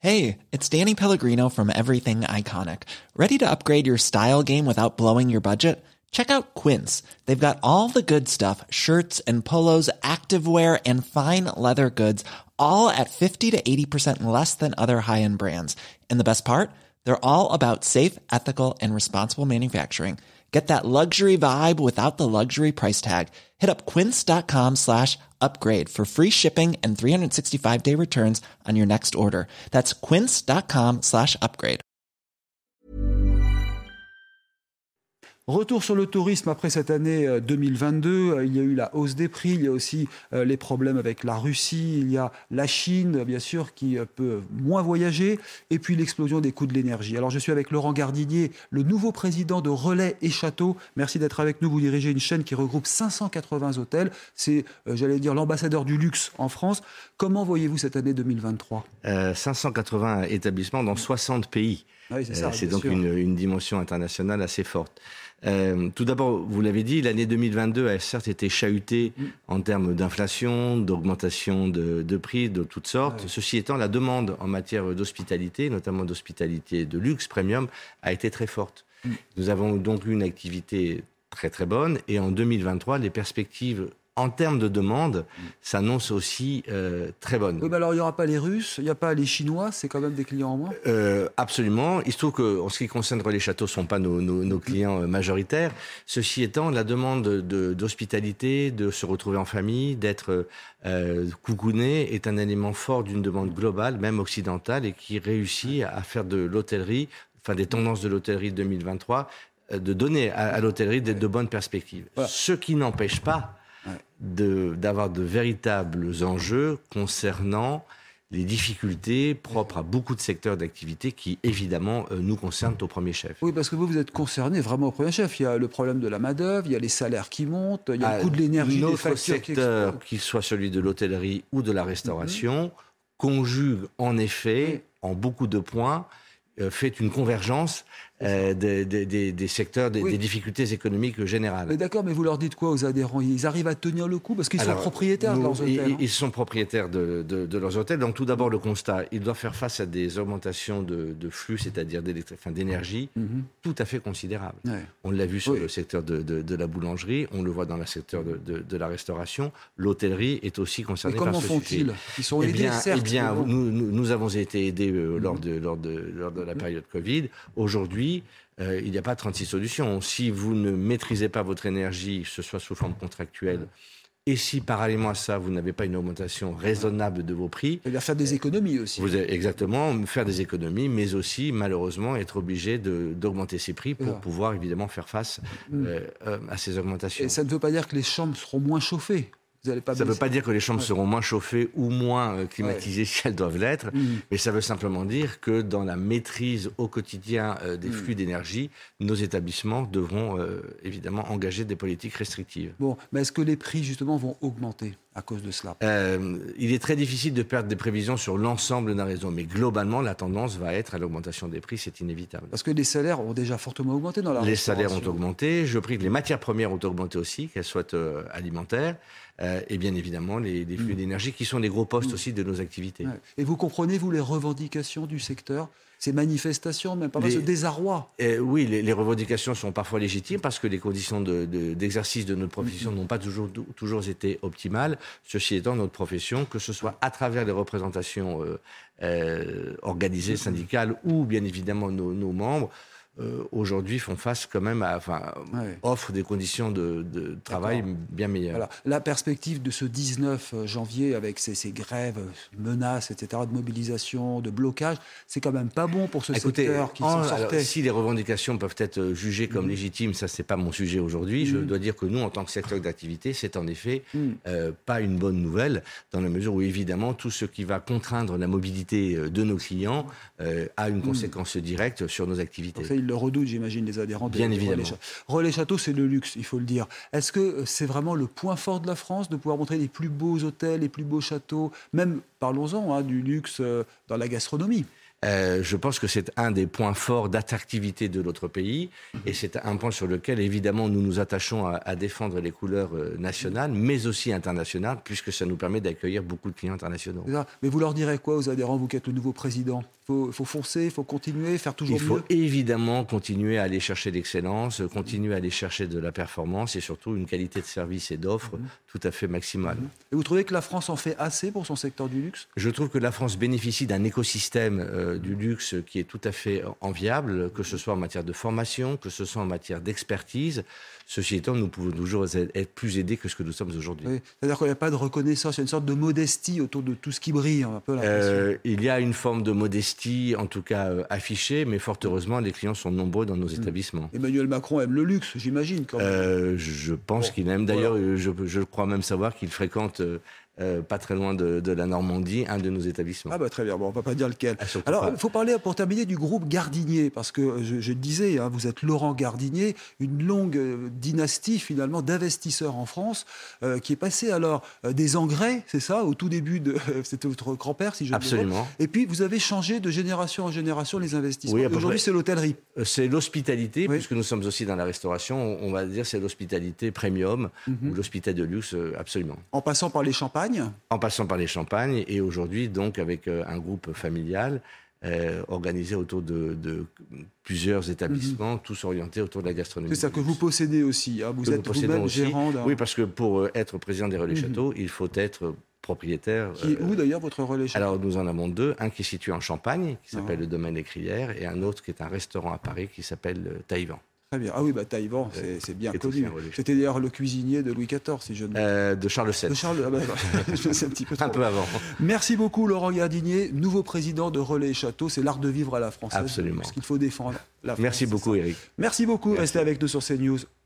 Hey, it's Danny Pellegrino from Everything Iconic. Ready to upgrade your style game without blowing your budget? Check out Quince. They've got all the good stuff, shirts and polos, activewear, and fine leather goods, all at 50 to 80% less than other high-end brands. And the best part? They're all about safe, ethical, and responsible manufacturing. Get that luxury vibe without the luxury price tag. Hit up quince.com/upgrade for free shipping and 365-day returns on your next order. That's quince.com/upgrade. Retour sur le tourisme après cette année 2022. Il y a eu la hausse des prix, il y a aussi les problèmes avec la Russie, il y a la Chine, bien sûr, qui peut moins voyager, et puis l'explosion des coûts de l'énergie. Alors, je suis avec Laurent Gardinier, le nouveau président de Relais et Châteaux. Merci d'être avec nous. Vous dirigez une chaîne qui regroupe 580 hôtels. C'est, j'allais dire, l'ambassadeur du luxe en France. Comment voyez-vous cette année 2023 ? 580 établissements dans 60 pays. Oui, c'est ça, c'est bien donc sûr. une dimension internationale assez forte. Tout d'abord, vous l'avez dit, l'année 2022 a certes été chahutée en termes d'inflation, d'augmentation de prix de toutes sortes. Ouais. Ceci étant, la demande en matière d'hospitalité, notamment d'hospitalité de luxe premium, a été très forte. Nous avons donc eu une activité très très bonne, et en 2023, les perspectives en termes de demande s'annoncent aussi très bonnes. Oui, mais alors il n'y aura pas les Russes, il n'y a pas les Chinois, c'est quand même des clients en moins. Absolument. Il se trouve qu'en ce qui concerne Relais Châteaux, ce ne sont pas nos clients majoritaires. Ceci étant, la demande d'hospitalité, de se retrouver en famille, d'être coucouné, est un élément fort d'une demande globale, même occidentale, et qui réussit à faire de l'hôtellerie, enfin des tendances de l'hôtellerie 2023, de donner à l'hôtellerie de bonnes perspectives. Voilà. Ce qui n'empêche pas d'avoir de véritables enjeux concernant les difficultés propres à beaucoup de secteurs d'activité qui, évidemment, nous concernent au premier chef. Oui, parce que vous êtes concerné vraiment au premier chef. Il y a le problème de la main-d'œuvre, il y a les salaires qui montent, il y a le coût de l'énergie, des factures qui explosent. Qu'il soit celui de l'hôtellerie ou de la restauration, conjugue en effet, en beaucoup de points, fait une convergence des secteurs, des difficultés économiques générales. Mais d'accord, mais vous leur dites quoi aux adhérents ? Ils arrivent à tenir le coup parce qu'ils sont propriétaires de leurs hôtels. Ils sont propriétaires de leurs hôtels. Donc tout d'abord, le constat, ils doivent faire face à des augmentations de flux, c'est-à-dire d'énergie, tout à fait considérables. Ouais. On l'a vu sur le secteur de la boulangerie, on le voit dans le secteur de la restauration. L'hôtellerie est aussi concernée par ce sujet. Comment font-ils ? Ils sont aidés, certes. Nous avons été aidés lors de la période Covid. Aujourd'hui, il n'y a pas 36 solutions. Si vous ne maîtrisez pas votre énergie, que ce soit sous forme contractuelle, et si parallèlement à ça, vous n'avez pas une augmentation raisonnable de vos prix... Il va faire des économies aussi. Exactement, faire des économies, mais aussi, malheureusement, être obligé d'augmenter ses prix pour pouvoir, évidemment, faire face à ces augmentations. Et ça ne veut pas dire que les chambres seront moins chauffées. Ça ne veut pas dire que les chambres seront moins chauffées ou moins climatisées si elles doivent l'être, mais ça veut simplement dire que dans la maîtrise au quotidien des flux d'énergie, nos établissements devront évidemment engager des politiques restrictives. Bon, mais est-ce que les prix justement vont augmenter à cause de cela ? Il est très difficile de perdre des prévisions sur l'ensemble d'un réseau, mais globalement, la tendance va être à l'augmentation des prix, c'est inévitable. Parce que les salaires ont déjà fortement augmenté dans la restauration. Les salaires ont augmenté, je prie que les matières premières ont augmenté aussi, qu'elles soient alimentaires, et bien évidemment les flux d'énergie qui sont les gros postes aussi de nos activités. Ouais. Et vous comprenez, vous, les revendications du secteur ? Ces manifestations, même parfois ce désarroi. Oui, les revendications sont parfois légitimes parce que les conditions d'exercice de notre profession n'ont pas toujours été optimales. Ceci étant, notre profession, que ce soit à travers les représentations organisées, syndicales ou bien évidemment nos membres, aujourd'hui font face quand même offrent des conditions de travail bien meilleures. Voilà. La perspective de ce 19 janvier avec ces grèves, menaces, etc., de mobilisation, de blocage, c'est quand même pas bon pour ce secteur qui s'en sortait. Alors, si les revendications peuvent être jugées comme légitimes, ça c'est pas mon sujet aujourd'hui. Je dois dire que nous, en tant que secteur d'activité, c'est en effet pas une bonne nouvelle, dans la mesure où évidemment tout ce qui va contraindre la mobilité de nos clients a une conséquence directe sur nos activités. ils le redoutent, j'imagine, les adhérents de Bien évidemment. Relais Château, c'est le luxe, il faut le dire. Est-ce que c'est vraiment le point fort de la France, de pouvoir montrer les plus beaux hôtels, les plus beaux châteaux, même, parlons-en, du luxe dans la gastronomie? Je pense que c'est un des points forts d'attractivité de notre pays et c'est un point sur lequel évidemment nous nous attachons à défendre les couleurs nationales mais aussi internationales puisque ça nous permet d'accueillir beaucoup de clients internationaux. Mais vous leur direz quoi aux adhérents, vous qui êtes le nouveau président? Il faut foncer, il faut continuer, faire toujours mieux? Il faut évidemment continuer à aller chercher l'excellence, continuer à aller chercher de la performance et surtout une qualité de service et d'offre tout à fait maximale. Et vous trouvez que la France en fait assez pour son secteur du luxe? Je trouve que la France bénéficie d'un écosystème du luxe qui est tout à fait enviable, que ce soit en matière de formation, que ce soit en matière d'expertise. Ceci étant, nous pouvons toujours être plus aidés que ce que nous sommes aujourd'hui. Oui. C'est-à-dire qu'il n'y a pas de reconnaissance, il y a une sorte de modestie autour de tout ce qui brille, un peu l'impression. Il y a une forme de modestie, en tout cas affichée, mais fort heureusement, les clients sont nombreux dans nos établissements. Emmanuel Macron aime le luxe, j'imagine. Quand même. Je pense qu'il aime. D'ailleurs, je crois même savoir qu'il fréquente... pas très loin de la Normandie, un de nos établissements. Ah bah très bien, bon, on ne va pas dire lequel. Alors, il faut parler, pour terminer, du groupe Gardinier, parce que je le disais, vous êtes Laurent Gardinier, une longue dynastie finalement d'investisseurs en France, qui est passée alors des engrais, c'est ça, au tout début, c'était votre grand-père, si je ne me trompe. Absolument. Et puis, vous avez changé de génération en génération les investissements. Oui, aujourd'hui, c'est l'hôtellerie. C'est l'hospitalité, Oui. puisque nous sommes aussi dans la restauration, on va dire c'est l'hospitalité premium, ou l'hospitalité de luxe, absolument. En passant par les champagnes. En passant par les champagnes, et aujourd'hui, donc, avec un groupe familial organisé autour de plusieurs établissements, tous orientés autour de la gastronomie. C'est ça que vous possédez aussi. Vous êtes vous-même gérant d'un... Oui, parce que pour être président des Relais Châteaux, il faut être propriétaire. Qui est où d'ailleurs votre relais château? Alors nous en avons deux, un qui est situé en Champagne, qui s'appelle le Domaine Écrière, et un autre qui est un restaurant à Paris qui s'appelle Taïwan. Très bien. Ah oui, Taïwan, c'est bien connu. C'était d'ailleurs le cuisinier de Louis XIV, si je ne me trompe. De Charles VII. De Charles, je sais un petit peu trop. Un peu avant. Merci beaucoup Laurent Gardinier, nouveau président de Relais Château. C'est l'art de vivre à la française. Absolument. Parce qu'il faut défendre la France. Merci beaucoup Eric. Merci beaucoup. Restez avec nous sur CNews.